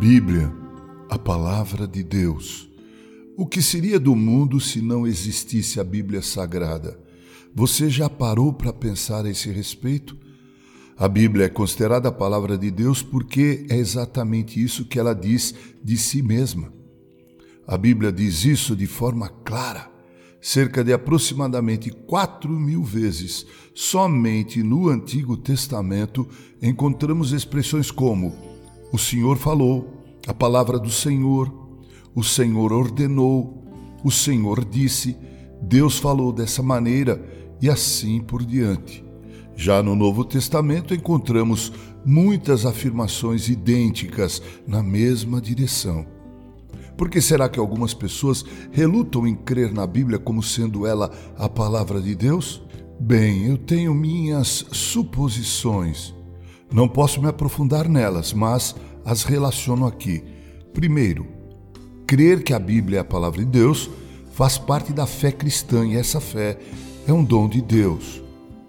Bíblia, a palavra de Deus. O que seria do mundo se não existisse a Bíblia Sagrada? Você já parou para pensar a esse respeito? A Bíblia é considerada a palavra de Deus porque é exatamente isso que ela diz de si mesma. A Bíblia diz isso de forma clara, cerca de aproximadamente 4.000 vezes. Somente no Antigo Testamento encontramos expressões como: o Senhor falou, a palavra do Senhor, o Senhor ordenou, o Senhor disse, Deus falou dessa maneira e assim por diante. Já no Novo Testamento encontramos muitas afirmações idênticas na mesma direção. Por que será que algumas pessoas relutam em crer na Bíblia como sendo ela a palavra de Deus? Bem, eu tenho minhas suposições. Não posso me aprofundar nelas, mas as relaciono aqui. Primeiro, crer que a Bíblia é a palavra de Deus faz parte da fé cristã e essa fé é um dom de Deus.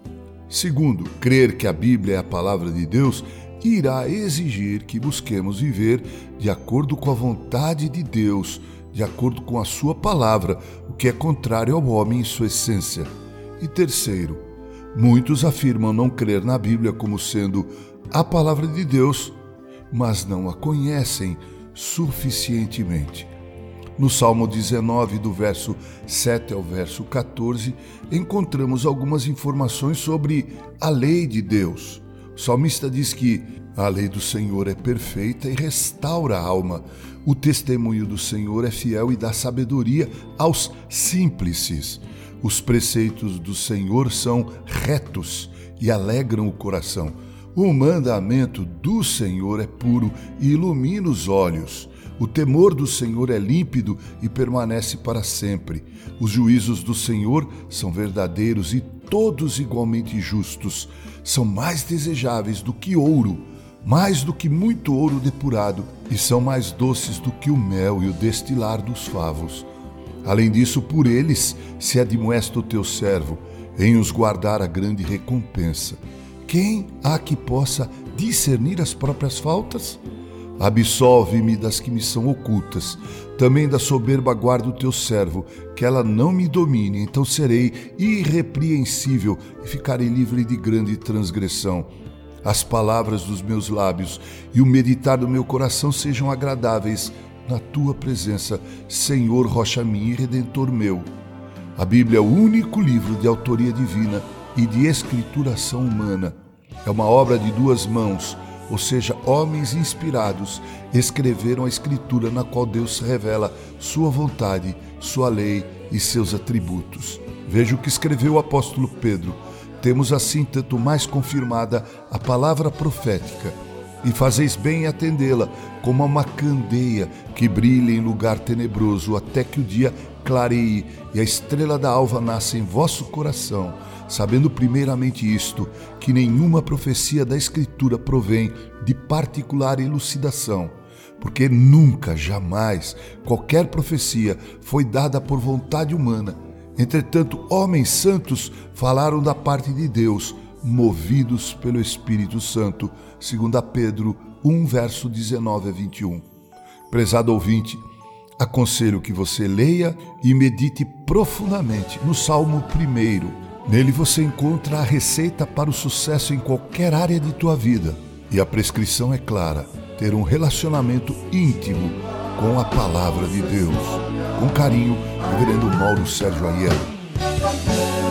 Segundo, crer que a Bíblia é a palavra de Deus irá exigir que busquemos viver de acordo com a vontade de Deus, de acordo com a sua palavra, o que é contrário ao homem em sua essência. E terceiro, muitos afirmam não crer na Bíblia como sendo a palavra de Deus, mas não a conhecem suficientemente. No Salmo 19, do verso 7 ao verso 14, encontramos algumas informações sobre a lei de Deus. O salmista diz que a lei do Senhor é perfeita e restaura a alma. O testemunho do Senhor é fiel e dá sabedoria aos simples. Os preceitos do Senhor são retos e alegram o coração. O mandamento do Senhor é puro e ilumina os olhos. O temor do Senhor é límpido e permanece para sempre. Os juízos do Senhor são verdadeiros e todos igualmente justos. São mais desejáveis do que ouro, mais do que muito ouro depurado, e são mais doces do que o mel e o destilar dos favos. Além disso, por eles se admoesta o teu servo, em os guardar a grande recompensa. Quem há que possa discernir as próprias faltas? Absolve-me das que me são ocultas, também da soberba guarda o teu servo, que ela não me domine, então serei irrepreensível e ficarei livre de grande transgressão. As palavras dos meus lábios e o meditar do meu coração sejam agradáveis na tua presença, Senhor, rocha minha e redentor meu. A Bíblia é o único livro de autoria divina e de escrituração humana. É uma obra de duas mãos, ou seja, homens inspirados escreveram a Escritura na qual Deus revela sua vontade, sua lei e seus atributos. Veja o que escreveu o apóstolo Pedro. Temos assim tanto mais confirmada a palavra profética, e fazeis bem em atendê-la, como a uma candeia que brilha em lugar tenebroso, até que o dia clareie e a estrela da alva nasça em vosso coração, sabendo primeiramente isto, que nenhuma profecia da Escritura provém de particular elucidação, porque nunca, jamais, qualquer profecia foi dada por vontade humana. Entretanto, homens santos falaram da parte de Deus, movidos pelo Espírito Santo, 2 Pedro 1, verso 19 a 21. Prezado ouvinte, aconselho que você leia e medite profundamente no Salmo 1. Nele você encontra a receita para o sucesso em qualquer área de tua vida. E a prescrição é clara: ter um relacionamento íntimo com a palavra de Deus. Com carinho, Reverendo Mauro Sérgio Aiello.